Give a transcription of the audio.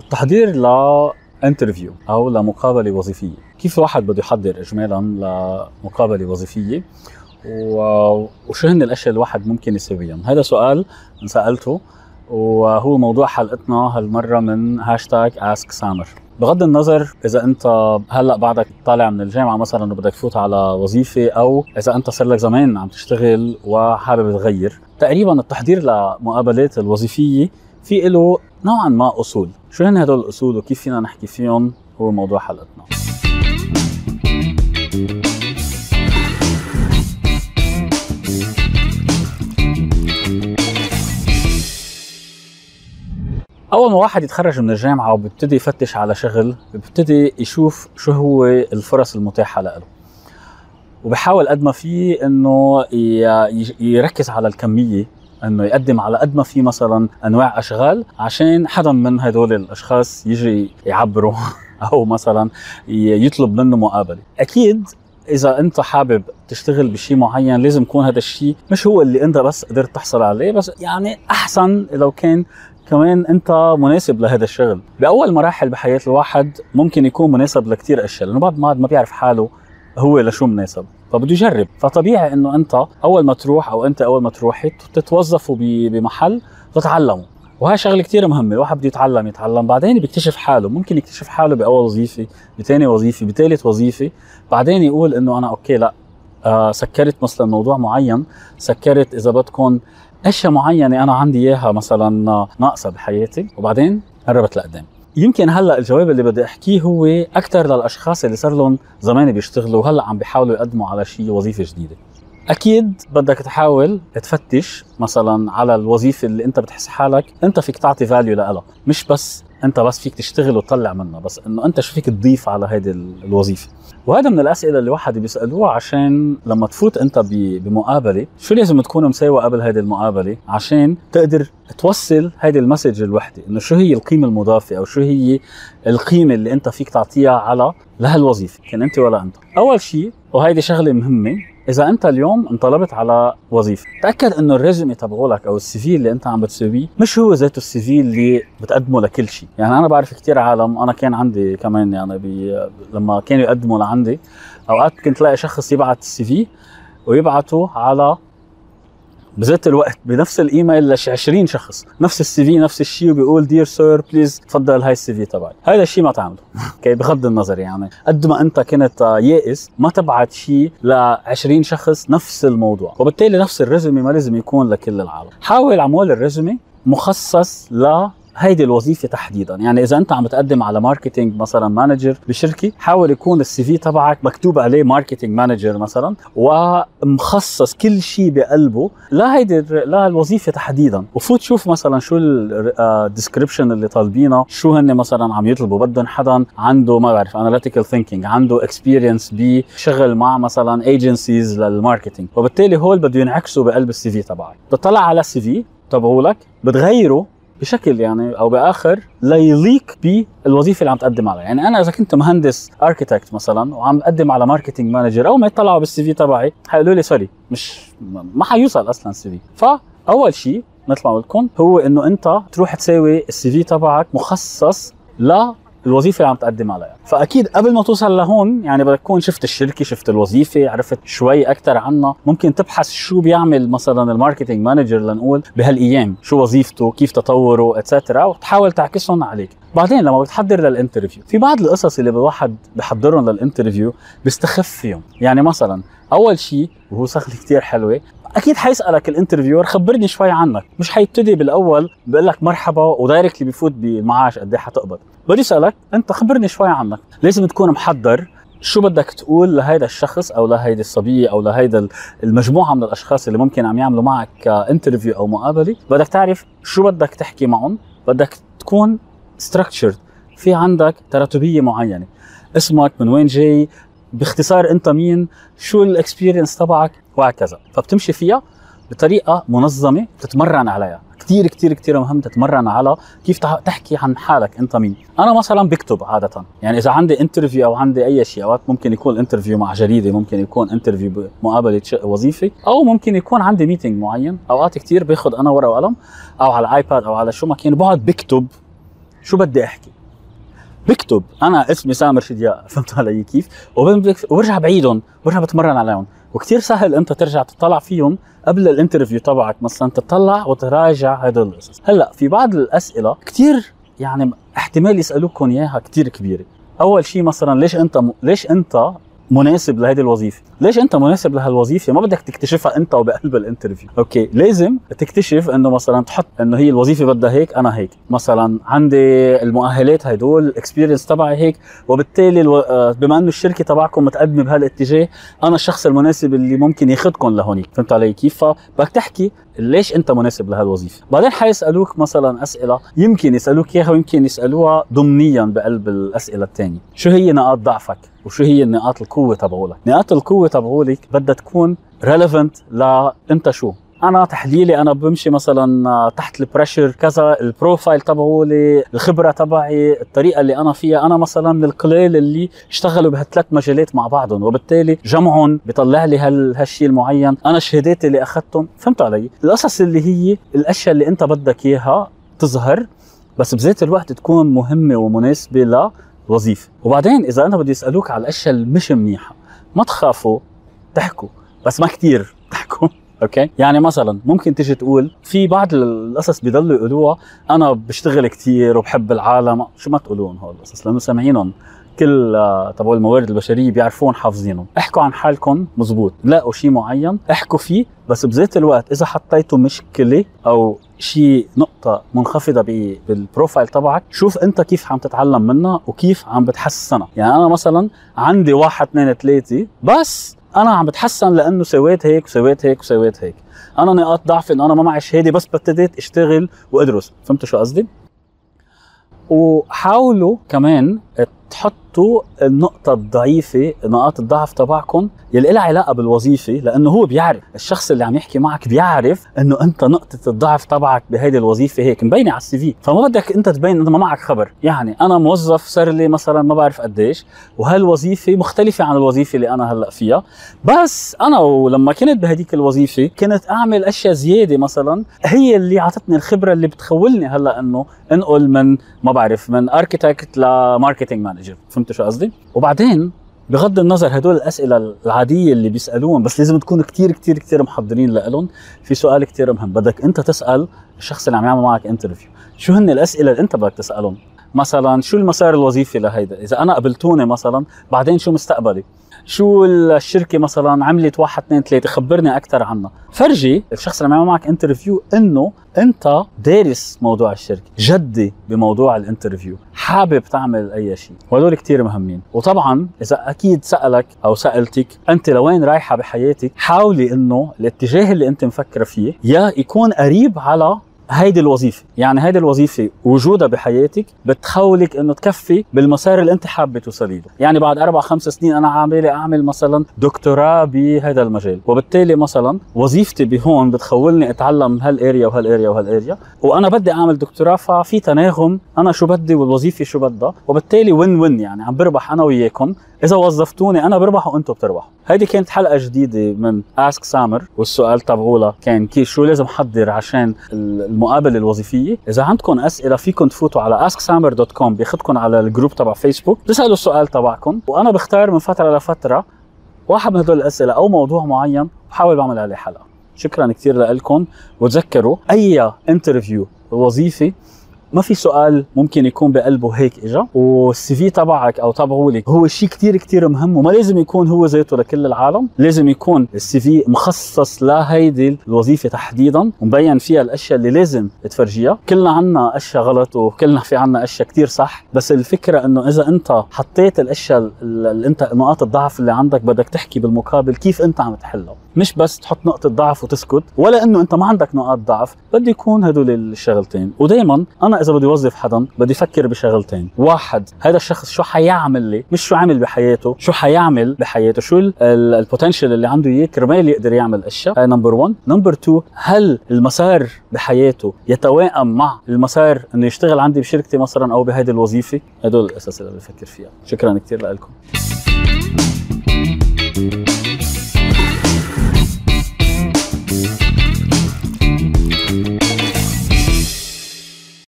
التحضير لانترفيو او لمقابله وظيفيه، كيف الواحد بده يحضر اجمالا لمقابله وظيفيه وشو هن الاشياء الواحد ممكن يسويهم؟ هذا سؤال سالته وهو موضوع حلقتنا هالمره من هاشتاج اسك سامر. بغض النظر اذا انت هلا بعدك طالع من الجامعه مثلا وبدك تفوت على وظيفه، او اذا انت صار لك زمان عم تشتغل وحابب تغير، تقريبا التحضير لمقابلات الوظيفيه في له نوعا ما اصول. شو هن هدول الاصول وكيف فينا نحكي فيهم هو موضوع حلقتنا. أول ما واحد يتخرج من الجامعة وبيبتدي يفتش على شغل، بيبتدي يشوف شو هو الفرص المتاحة له، وبحاول قد ما فيه إنه يركز على الكمية، إنه يقدم على قد ما فيه مثلا أنواع أشغال عشان حدا من هدول الأشخاص يجي يعبره أو مثلا يطلب منه مقابلة. أكيد إذا أنت حابب تشتغل بشيء معين لازم يكون هذا الشيء مش هو اللي أنت بس قدرت تحصل عليه، بس يعني أحسن لو كان كمان انت مناسب لهذا الشغل. باول مراحل بحياه الواحد ممكن يكون مناسب لكثير اشياء، لانه بعد ما بيعرف حاله هو لشو مناسب، فبده يجرب. فطبيعي انه انت اول ما تروح او انت اول ما تروحي تتوظفوا بمحل تتعلموا، وهي شغله كثير مهمه. الواحد بده يتعلم بعدين بيكتشف حاله. ممكن يكتشف حاله باول وظيفه، بثاني وظيفه، بثالث وظيفه، بعدين يقول انه انا اوكي لا سكرت مثلا موضوع معين، سكرت اذا بدكم اشياء معينه انا عندي اياها مثلا ناقصه بحياتي، وبعدين قربت لقدام. يمكن هلا الجواب اللي بدي احكيه هو اكثر للاشخاص اللي صار لهم زمان بيشتغلوا وهلا عم بيحاولوا يقدموا على شيء وظيفه جديده. اكيد بدك تحاول تفتش مثلا على الوظيفه اللي انت بتحس حالك انت فيك تعطي فاليو لها، مش بس انت بس فيك تشتغل وتطلع منها، بس انه انت شو فيك تضيف على هذه الوظيفه. وهذا من الاسئله اللي واحد بيسالوها عشان لما تفوت انت بمقابله شو لازم تكون مساوي قبل هذه المقابله عشان تقدر توصل هذه المسج الوحده، انه شو هي القيمه المضافه او شو هي القيمه اللي انت فيك تعطيها على لهالوظيفه، كان انت ولا انت. اول شيء وهيدي شغله مهمه، إذا أنت اليوم انطلبت على وظيفة، تأكد إنه الريزومي تبعولك أو السي في اللي أنت عم بتسويه مش هو ذاته السي في اللي بتقدمه لكل شيء. يعني أنا بعرف كتير عالم، أنا كان عندي كمان يعني لما كانوا يقدموا لعندي أوقات كنت لاقي شخص يبعت السي في ويبعته على بذات الوقت بنفس الايميل لش 20 شخص، نفس السي في نفس الشيء، وبيقول دير سير بليز تفضل هاي السي في تبعي. هذا الشيء ما تعمله. اوكي، بغض النظر يعني قد ما انت كنت يائس ما تبعت شيء ل 20 شخص نفس الموضوع، وبالتالي نفس الريزومي ما لازم يكون لكل العالم. حاول عمول الريزومي مخصص هيدي الوظيفه تحديدا. يعني اذا انت عم تقدم على ماركتينج مثلا مانجر بشركه، حاول يكون السي في تبعك مكتوب عليه ماركتينج مانجر مثلا، ومخصص كل شيء بقلبه لهالوظيفه تحديدا. وفوت شوف مثلا شو الديسكريبشن اللي طالبينه، شو هن مثلا عم يطلبوا. بدهم حدا عنده ما بعرف اناليتيكال ثينكينج، عنده اكسبيرينس بشغل مع مثلا ايجنسيز للماركتينج، وبالتالي هول بده ينعكسوا بقلب السي في تبعك. بتطلع على السي في تبعولك بتغيره بشكل يعني او باخر ليليق بالوظيفه اللي عم تقدم عليها. يعني انا اذا كنت مهندس اركيتكت مثلا وعم اقدم على ماركتينج مانجر، اول ما يطلعوا بالسي في تبعي حيقولوا لي سوري ما حيوصل اصلا السي في. فاول شيء مثل ما قلت لكم هو انه انت تروح تساوي السي في تبعك مخصص الوظيفه اللي عم تقدم عليها. فاكيد قبل ما توصل لهون يعني بدك تكون شفت الشركه، شفت الوظيفه، عرفت شوي اكثر عنها. ممكن تبحث شو بيعمل مثلا الماركتينج مانجر لنقول بهالايام، شو وظيفته، كيف تطوره اتسترا، وتحاول تعكسهم عليك. بعدين لما بتحضر للانترفيو، في بعض القصص اللي الواحد بحضرهم للانترفيو بيستخف فيهم. يعني مثلا اول شيء وهو شغله كثير حلوه، اكيد حيسالك الانترفيور خبرني شوي عنك. مش حيبتدي بالاول بيقول لك مرحبا ودايركتلي بيفوت بالمعاش قد ايه حتقبض. بدي اسالك انت خبرني شوي عنك. لازم تكون محضر شو بدك تقول لهيدا الشخص او لهيدي الصبيه او لهيدا المجموعه من الاشخاص اللي ممكن عم يعملوا معك انترفيو او مقابله. بدك تعرف شو بدك تحكي معهم، بدك تكون structured، في عندك تراتبيه معينه، اسمك، من وين جاي، باختصار انت مين، شو الاكسبيرينس تبعك، وهكذا. فبتمشي فيها بطريقه منظمه تتمرن عليها. كتير كتير كتير مهم تتمرن على كيف تحكي عن حالك انت مين. انا مثلا بكتب عاده، يعني اذا عندي انترفيو او عندي اي شيء، اوقات ممكن يكون انترفيو مع جريده، ممكن يكون انترفيو بمقابله وظيفه، او ممكن يكون عندي ميتينج معين. اوقات كتير باخذ انا ورقه وقلم او على ايباد او على شو ما كان، بقعد بكتب شو بدي احكي، بكتب انا اسمي سامر شدياء، فهمت علي كيف؟ وبرجع بعيدهم، برجع بتمرن عليهم، وكتير سهل انت ترجع تطلع فيهم قبل الانترفيو تبعك، مثلا تطلع وتراجع هدول القصص. هلا في بعض الاسئله كتير يعني احتمال يسالوكم اياها كتير كبيره. اول شيء مثلا ليش انت مناسب لهذه الوظيفه؟ ليش انت مناسب لهالوظيفه؟ ما بدك تكتشفها انت وبقلب الانترفيو، اوكي؟ لازم تكتشف انه مثلا تحط انه هي الوظيفه بدها هيك، انا هيك، مثلا عندي المؤهلات هدول، الاكسبيرينس تبعي هيك، وبالتالي بما انه الشركه تبعكم متقدمه بهالاتجاه، انا الشخص المناسب اللي ممكن ياخذكم لهونيك، فهمت علي كيف؟ فبدك تحكي ليش انت مناسب لهالوظيفه. بعدين حيسالوك مثلا اسئله يمكن يسالوك اياها ويمكن يسالوها ضمنيا بقلب الاسئله الثانيه، شو هي نقاط ضعفك وشو هي نقاط القوه تبعولك. نقاط القوه تبعولك بدها تكون ريليفنت انت شو. انا تحليلي انا بمشي مثلا تحت البريشر كذا، البروفايل تبعولي، الخبره تبعي، الطريقه اللي انا فيها، انا مثلا من القليل اللي اشتغلوا بهالثلاث مجالات مع بعضهم، وبالتالي جمعهم بيطلع لي هالشيء المعين، انا شهاداتي اللي اخذتهم، فهمت علي؟ القصص اللي هي الاشياء اللي انت بدك اياها تظهر، بس بذات الوقت تكون مهمه ومناسبه للوظيفه. وبعدين اذا انا بدي اسالوك على الاشياء اللي مش منيحه، ما تخافوا تحكوا، بس ما كتير تحكوا، اوكي؟ يعني مثلا ممكن تيجي تقول في بعض القصص بيضلوا يقولوها انا بشتغل كتير وبحب العالم، شو ما تقولون هول القصص لانه سامعينهم كل تبع الموارد البشريه، بيعرفون حافظينهم. احكوا عن حالكم مزبوط، لاقوا شيء معين احكوا فيه، بس بذات الوقت اذا حطيتوا مشكله او شيء نقطه منخفضه بالبروفايل تبعك، شوف انت كيف عم تتعلم منها وكيف عم بتحسنها. يعني انا مثلا عندي 1 2 3 بس انا عم بتحسن لانه سويت هيك وسويت هيك وسويت هيك. انا نقاط ضعفي انه انا ما معي شهاده، بس ابتديت اشتغل وادرس، فهمتوا شو قصدي؟ وحاولوا كمان تحطوا النقطة الضعيفة، نقاط الضعف تبعكم يلي لها علاقة بالوظيفة، لأنه هو بيعرف، الشخص اللي عم يحكي معك بيعرف إنه أنت نقطة الضعف تبعك بهيدي الوظيفة هيك مبينة على السي في، فما بدك أنت تبين إنه ما معك خبر. يعني أنا موظف صار لي مثلا ما بعرف قديش، وهالوظيفة مختلفة عن الوظيفة اللي أنا هلأ فيها، بس أنا ولما كنت بهديك الوظيفة كنت أعمل أشياء زيادة مثلا هي اللي عطتني الخبرة اللي بتخولني هلأ إنه انقل من ما بعرف من اركيتكت لماركتينج مانجر، فهمتوا شو قصدي؟ وبعدين بغض النظر هدول الاسئله العاديه اللي بيسالوهم، بس لازم تكون كتير كتير كتير محضرين لهم. في سؤال كتير مهم بدك انت تسال الشخص اللي عم يعمل معك انترفيو، شو هن الاسئله اللي انت بدك تسالهم؟ مثلا شو المسار الوظيفي لهيدا؟ اذا انا قبلتوني مثلا بعدين شو مستقبلي؟ شو الشركه مثلا عملت 1 2 3، خبرني اكثر عنها. فرجي الشخص اللي عم يعمل معك انترفيو انه انت دارس موضوع الشركه، جدي بموضوع الانترفيو، حابب تعمل اي شيء، وهدول كتير مهمين. وطبعا اذا اكيد سالك او سالتك انت لوين رايحه بحياتك، حاولي انه الاتجاه اللي انت مفكره فيه يا يكون قريب على هيدي الوظيفة. يعني هيدي الوظيفة وجودها بحياتك بتخولك انه تكفي بالمسار اللي انت حابة توصلي له. يعني بعد 4-5 سنين انا عاملة اعمل مثلا دكتوراه بهذا المجال، وبالتالي مثلا وظيفتي بهون بتخولني اتعلم هالاريا وهالاريا وهالاريا، وانا بدي اعمل دكتوراه، ففي تناغم، انا شو بدي والوظيفة شو بدها، وبالتالي وين وين، يعني عم بربح انا وياكم. اذا وظفتوني انا بربح وانتم بتربحوا. هيدي كانت حلقة جديدة من اسك سامر، والسؤال تبعولها كان كيف شو لازم احضر عشان المقابلة الوظيفية. اذا عندكم اسئلة فيكم تفوتوا على asksamer.com، بياخدكم على الجروب تبع فيسبوك، تسألوا السؤال تبعكم، وانا بختار من فترة لفترة واحد من هدول الاسئلة او موضوع معين وبحاول بعمل عليه حلقة. شكرا كثير لكم، وتذكروا اي انترفيو وظيفي ما في سؤال ممكن يكون بقلبه هيك اجا، والسي في تبعك او تبعولك هو شيء كتير كتير مهم، وما لازم يكون هو ذاته لكل العالم. لازم يكون السي في مخصص لهيدي الوظيفه تحديدا، ومبين فيها الاشياء اللي لازم تفرجيها. كلنا عنا اشياء غلط وكلنا في عنا اشياء كتير صح، بس الفكره انه اذا انت حطيت الاشياء اللي انت نقاط الضعف اللي عندك، بدك تحكي بالمقابل كيف انت عم تحلها، مش بس تحط نقطه ضعف وتسكت، ولا انه انت ما عندك نقاط ضعف. بده يكون هدول الشغلتين. ودائما انا اذا بدي اوظف حدا بدي افكر بشغلتين: واحد، هذا الشخص شو حيعمل لي، مش شو عمل بحياته، شو حيعمل بحياته، شو البوتنشل اللي عنده اياه كرمال يقدر يعمل اشياء. هاي نمبر 1. نمبر 2، هل المسار بحياته يتوائم مع المسار انه يشتغل عندي بشركتي مثلا او بهيدي الوظيفه. هدول الاساس اللي بفكر فيها. شكرا كثير لكم.